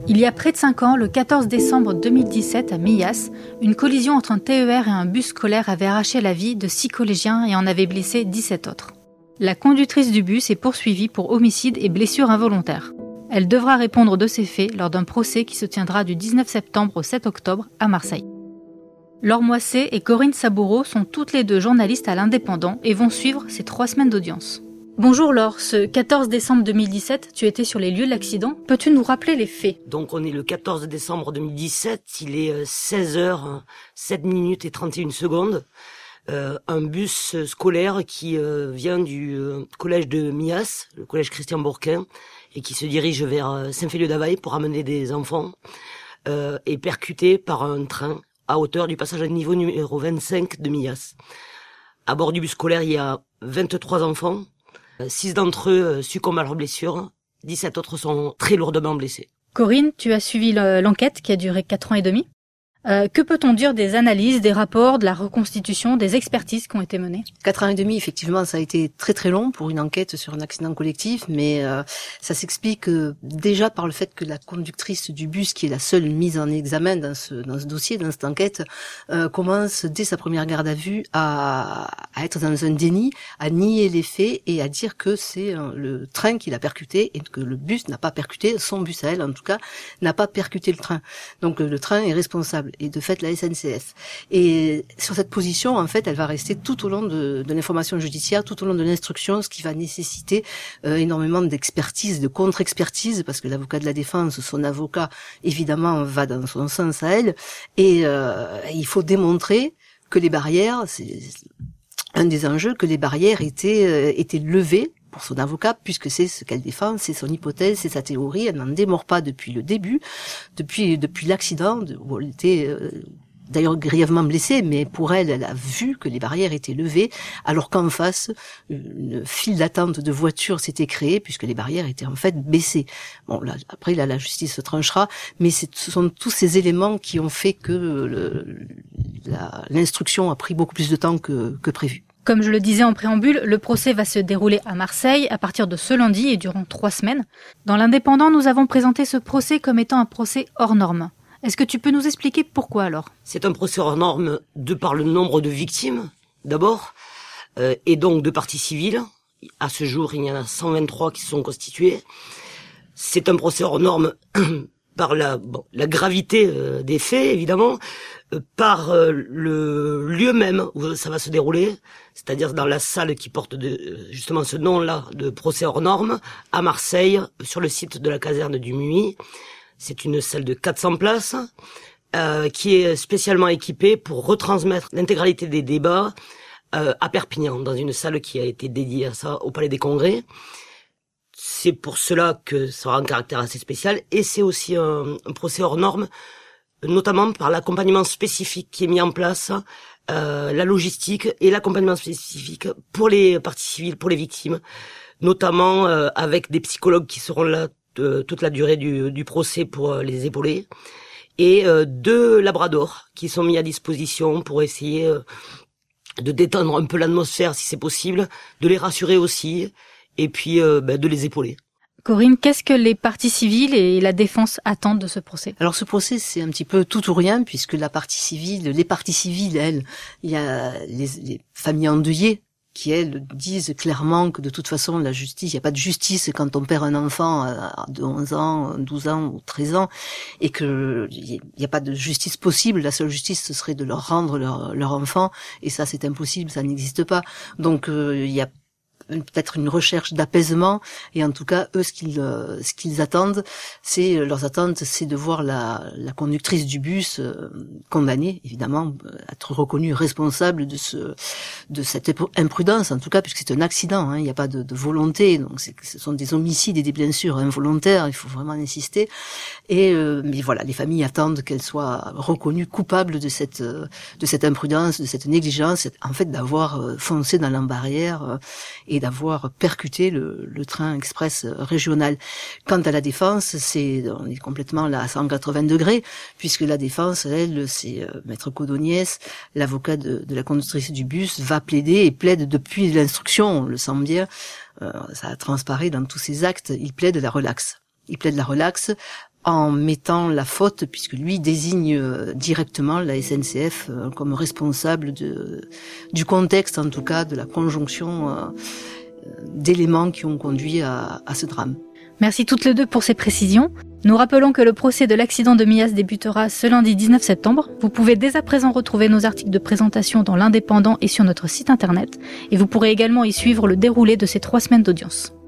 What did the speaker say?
Il y a près de 5 ans, le 14 décembre 2017 à Millas, une collision entre un TER et un bus scolaire avait arraché la vie de 6 collégiens et en avait blessé 17 autres. La conductrice du bus est poursuivie pour homicide et blessure involontaire. Elle devra répondre de ces faits lors d'un procès qui se tiendra du 19 septembre au 7 octobre à Marseille. Laure Moissé et Corinne Saboureau sont toutes les deux journalistes à l'Indépendant et vont suivre ces 3 semaines d'audience. Bonjour Laure, ce 14 décembre 2017, tu étais sur les lieux de l'accident. Peux-tu nous rappeler les faits ? Donc on est le 14 décembre 2017, il est 16h, 7 minutes et 31 secondes. Un bus scolaire qui vient du collège de Millas, le collège Christian Bourquin, et qui se dirige vers Saint-Féliu-d'Availle pour amener des enfants, est percuté par un train à hauteur du passage à niveau numéro 25 de Millas. À bord du bus scolaire, il y a 23 enfants. 6 d'entre eux succombent à leurs blessures, 17 autres sont très lourdement blessés. Corinne, tu as suivi l'enquête qui a duré 4 ans et demi. Que peut-on dire des analyses, des rapports, de la reconstitution, des expertises qui ont été menées ? 4 ans et demi, effectivement, ça a été très très long pour une enquête sur un accident collectif, mais ça s'explique déjà par le fait que la conductrice du bus, qui est la seule mise en examen dans ce dossier, dans cette enquête, commence dès sa première garde à vue à être dans un déni, à nier les faits et à dire que c'est le train qui l'a percuté et que le bus n'a pas percuté, son bus à elle en tout cas, n'a pas percuté le train. Donc le train est responsable. Et de fait la SNCF. Et sur cette position, en fait, elle va rester tout au long de l'information judiciaire, tout au long de l'instruction, ce qui va nécessiter énormément d'expertise, de contre-expertise, parce que l'avocat de la défense, son avocat, évidemment, va dans son sens à elle. Et il faut démontrer que les barrières, c'est un des enjeux, que les barrières étaient levées pour son avocat, puisque c'est ce qu'elle défend, c'est son hypothèse, c'est sa théorie, elle n'en démord pas depuis le début, depuis l'accident, où elle était d'ailleurs grièvement blessée, mais pour elle, elle a vu que les barrières étaient levées, alors qu'en face, une file d'attente de voitures s'était créée, puisque les barrières étaient en fait baissées. Bon, là, après, la justice se tranchera, mais ce sont tous ces éléments qui ont fait que l'instruction a pris beaucoup plus de temps que prévu. Comme je le disais en préambule, le procès va se dérouler à Marseille à partir de ce lundi et durant 3 semaines. Dans l'Indépendant, nous avons présenté ce procès comme étant un procès hors norme. Est-ce que tu peux nous expliquer pourquoi alors ? C'est un procès hors norme de par le nombre de victimes, d'abord, et donc de parties civiles. À ce jour, il y en a 123 qui se sont constituées. C'est un procès hors norme par la gravité des faits, évidemment, par le lieu même où ça va se dérouler, c'est-à-dire dans la salle qui porte justement ce nom-là de procès hors norme, à Marseille, sur le site de la caserne du Muy. C'est une salle de 400 places qui est spécialement équipée pour retransmettre l'intégralité des débats à Perpignan, dans une salle qui a été dédiée à ça au Palais des Congrès. C'est pour cela que ça aura un caractère assez spécial, et c'est aussi un procès hors norme, notamment par l'accompagnement spécifique qui est mis en place, la logistique et l'accompagnement spécifique pour les parties civiles, pour les victimes, notamment avec des psychologues qui seront là toute la durée du procès pour les épauler, et 2 labradors qui sont mis à disposition pour essayer de détendre un peu l'atmosphère si c'est possible, de les rassurer aussi, et puis de les épauler. Corinne, qu'est-ce que les parties civiles et la défense attendent de ce procès ? Alors ce procès, c'est un petit peu tout ou rien, puisque les parties civiles, elles, il y a les familles endeuillées, qui, elles, disent clairement que de toute façon, la justice, il n'y a pas de justice quand on perd un enfant de 11 ans, 12 ans ou 13 ans, et que il n'y a pas de justice possible. La seule justice, ce serait de leur rendre leur enfant, et ça, c'est impossible, ça n'existe pas. Donc, il y a peut-être une recherche d'apaisement, et en tout cas eux ce qu'ils attendent, leurs attentes, c'est de voir la conductrice du bus condamnée, évidemment, être reconnue responsable de cette imprudence, en tout cas, puisque c'est un accident, hein, il n'y a pas de volonté, donc ce sont des homicides et des blessures involontaires, il faut vraiment insister. Et mais voilà, les familles attendent qu'elle soit reconnue coupable de cette imprudence, de cette négligence, en fait d'avoir foncé dans la barrière et d'avoir percuté le train express régional. Quant à la défense, on est complètement là à 180 degrés, puisque la défense, elle, c'est Maître Codoniès, l'avocat de la conductrice du bus, va plaider et plaide depuis l'instruction, on le sent bien, ça transparaît dans tous ses actes, il plaide la relaxe. Il plaide la relaxe en mettant la faute, puisque lui désigne directement la SNCF comme responsable du contexte, en tout cas de la conjonction d'éléments qui ont conduit à ce drame. Merci toutes les deux pour ces précisions. Nous rappelons que le procès de l'accident de Millas débutera ce lundi 19 septembre. Vous pouvez dès à présent retrouver nos articles de présentation dans l'Indépendant et sur notre site internet. Et vous pourrez également y suivre le déroulé de ces 3 semaines d'audience.